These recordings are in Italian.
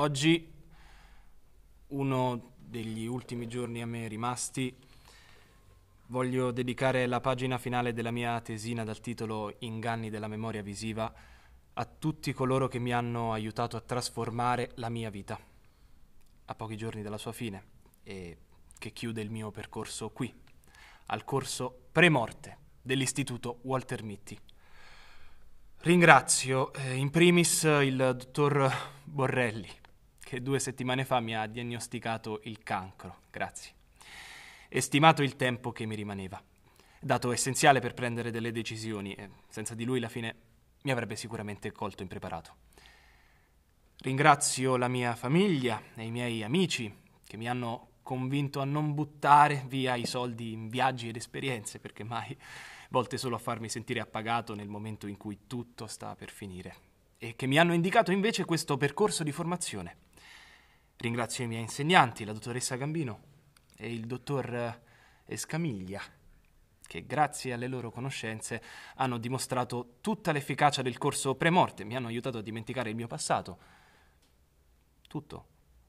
Oggi, uno degli ultimi giorni a me rimasti, voglio dedicare la pagina finale della mia tesina dal titolo Inganni della memoria visiva a tutti coloro che mi hanno aiutato a trasformare la mia vita, a pochi giorni dalla sua fine, e che chiude il mio percorso qui, al corso pre-morte dell'Istituto Walter Mitty. Ringrazio in primis il dottor Borrelli, che 2 settimane fa mi ha diagnosticato il cancro. Grazie. E stimato il tempo che mi rimaneva, dato essenziale per prendere delle decisioni, e senza di lui la fine mi avrebbe sicuramente colto impreparato. Ringrazio la mia famiglia e i miei amici che mi hanno convinto a non buttare via i soldi in viaggi ed esperienze, perché mai volte solo a farmi sentire appagato nel momento in cui tutto sta per finire, e che mi hanno indicato invece questo percorso di formazione. Ringrazio i miei insegnanti, la dottoressa Gambino e il dottor Escamiglia, che grazie alle loro conoscenze hanno dimostrato tutta l'efficacia del corso pre-morte, mi hanno aiutato a dimenticare il mio passato. Tutto.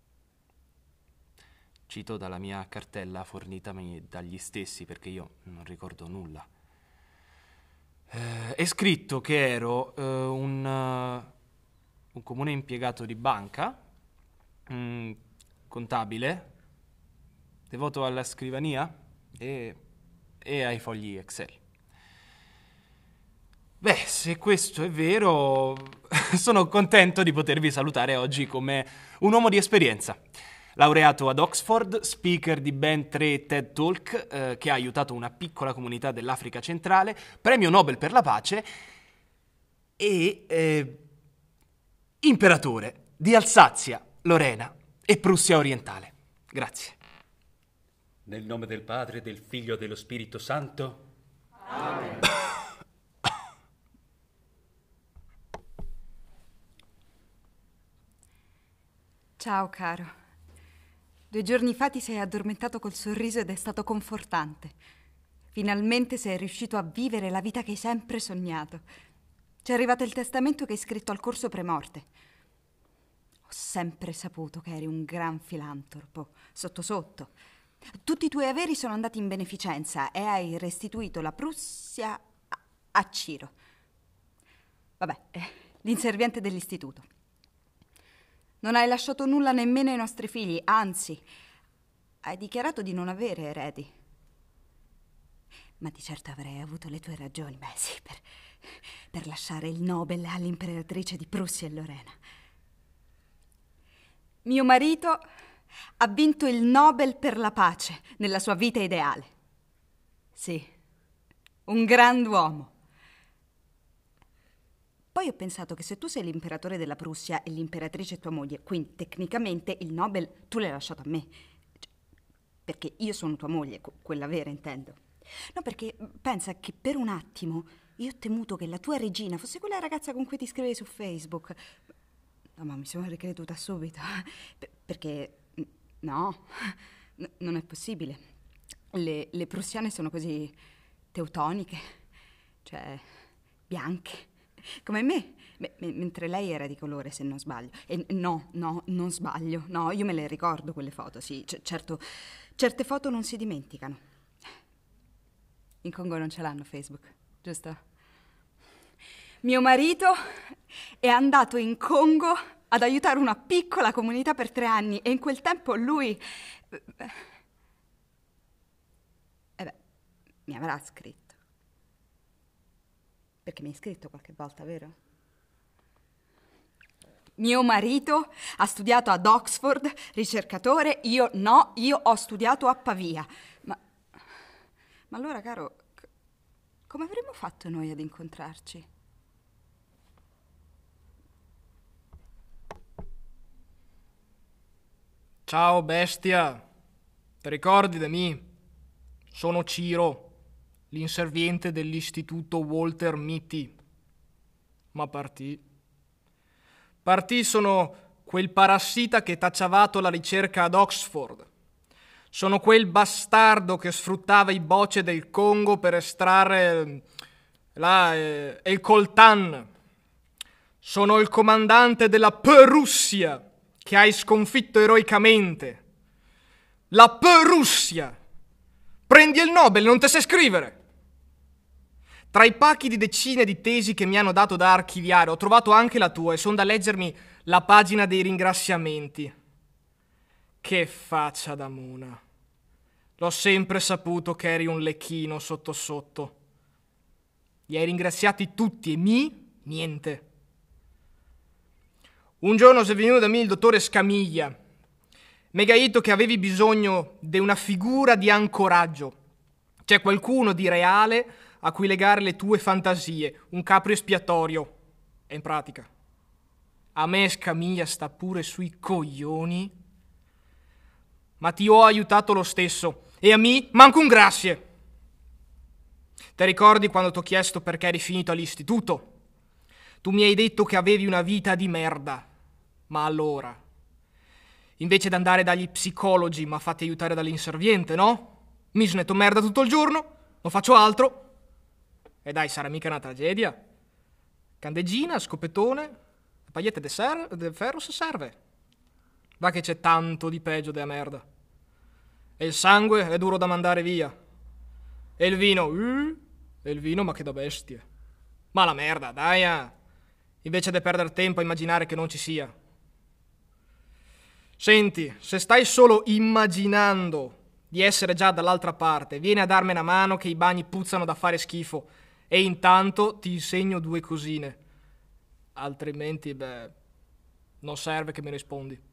Cito dalla mia cartella fornitami dagli stessi, perché io non ricordo nulla. È scritto che ero un comune impiegato di banca, contabile, devoto alla scrivania e ai fogli Excel. Beh, se questo è vero, sono contento di potervi salutare oggi come un uomo di esperienza. Laureato ad Oxford, speaker di ben 3 TED Talk, che ha aiutato una piccola comunità dell'Africa centrale, premio Nobel per la pace e imperatore di Alsazia, Lorena e Prussia orientale. Grazie. Nel nome del Padre, del Figlio e dello Spirito Santo. Amen. Ciao caro. 2 giorni fa ti sei addormentato col sorriso ed è stato confortante. Finalmente sei riuscito a vivere la vita che hai sempre sognato. Ci è arrivato il testamento che hai scritto al corso premorte. Ho sempre saputo che eri un gran filantropo, sotto sotto. Tutti i tuoi averi sono andati in beneficenza e hai restituito la Prussia a Ciro. Vabbè, l'inserviente dell'istituto. Non hai lasciato nulla nemmeno ai nostri figli, anzi, hai dichiarato di non avere eredi. Ma di certo avrei avuto le tue ragioni, beh sì, per lasciare il Nobel all'imperatrice di Prussia e Lorena. Mio marito ha vinto il Nobel per la pace nella sua vita ideale. Sì, un grand'uomo. Poi ho pensato che se tu sei l'imperatore della Prussia e l'imperatrice è tua moglie, quindi tecnicamente il Nobel tu l'hai lasciato a me. Perché io sono tua moglie, quella vera intendo. No, perché pensa che per un attimo io ho temuto che la tua regina fosse quella ragazza con cui ti scrivevi su Facebook. No, ma mi sono ricreduta subito. Perché no, non è possibile. Le prussiane sono così teutoniche, cioè bianche. Come me, mentre lei era di colore, se non sbaglio. E no, non sbaglio. No, io me le ricordo quelle foto, sì. Certo, certe foto non si dimenticano. In Congo non ce l'hanno Facebook, giusto? Mio marito è andato in Congo ad aiutare una piccola comunità per 3 anni e in quel tempo lui... mi avrà scritto. Perché mi hai scritto qualche volta, vero? Mio marito ha studiato ad Oxford, ricercatore, io no, io ho studiato a Pavia. Ma allora, caro, come avremmo fatto noi ad incontrarci? Ciao bestia, ti ricordi di me? Sono Ciro, l'inserviente dell'Istituto Walter Mitty. Ma partì sono quel parassita che t'ha ciavato la ricerca ad Oxford. Sono quel bastardo che sfruttava i bocce del Congo per estrarre il coltan. Sono il comandante della Prussia, che hai sconfitto eroicamente la Prussia. Prendi il Nobel, non te sai scrivere. Tra i pacchi di decine di tesi che mi hanno dato da archiviare ho trovato anche la tua e sono da leggermi la pagina dei ringraziamenti. Che faccia da mona. L'ho sempre saputo che eri un lecchino sotto sotto. Li hai ringraziati tutti e niente. Un giorno si è venuto da me il dottore Scamiglia. Mi ha detto che avevi bisogno di una figura di ancoraggio. C'è qualcuno di reale a cui legare le tue fantasie, un capro espiatorio. E in pratica, a me Scamiglia sta pure sui coglioni, ma ti ho aiutato lo stesso e a me manco un grazie. Ti ricordi quando ti ho chiesto perché eri finito all'istituto? Tu mi hai detto che avevi una vita di merda, ma allora, invece di andare dagli psicologi, mi ha fatti aiutare dall'inserviente, no? Mi snetto merda tutto il giorno, non faccio altro. E dai, sarà mica una tragedia. Candeggina, scopettone, pagliette de ferro se serve. Va che c'è tanto di peggio della merda. E il sangue è duro da mandare via. E il vino, ma che da bestie. Ma la merda, dai, invece di perdere tempo a immaginare che non ci sia. Senti, se stai solo immaginando di essere già dall'altra parte, vieni a darmi una mano che i bagni puzzano da fare schifo e intanto ti insegno 2 cosine. Altrimenti, non serve che mi rispondi.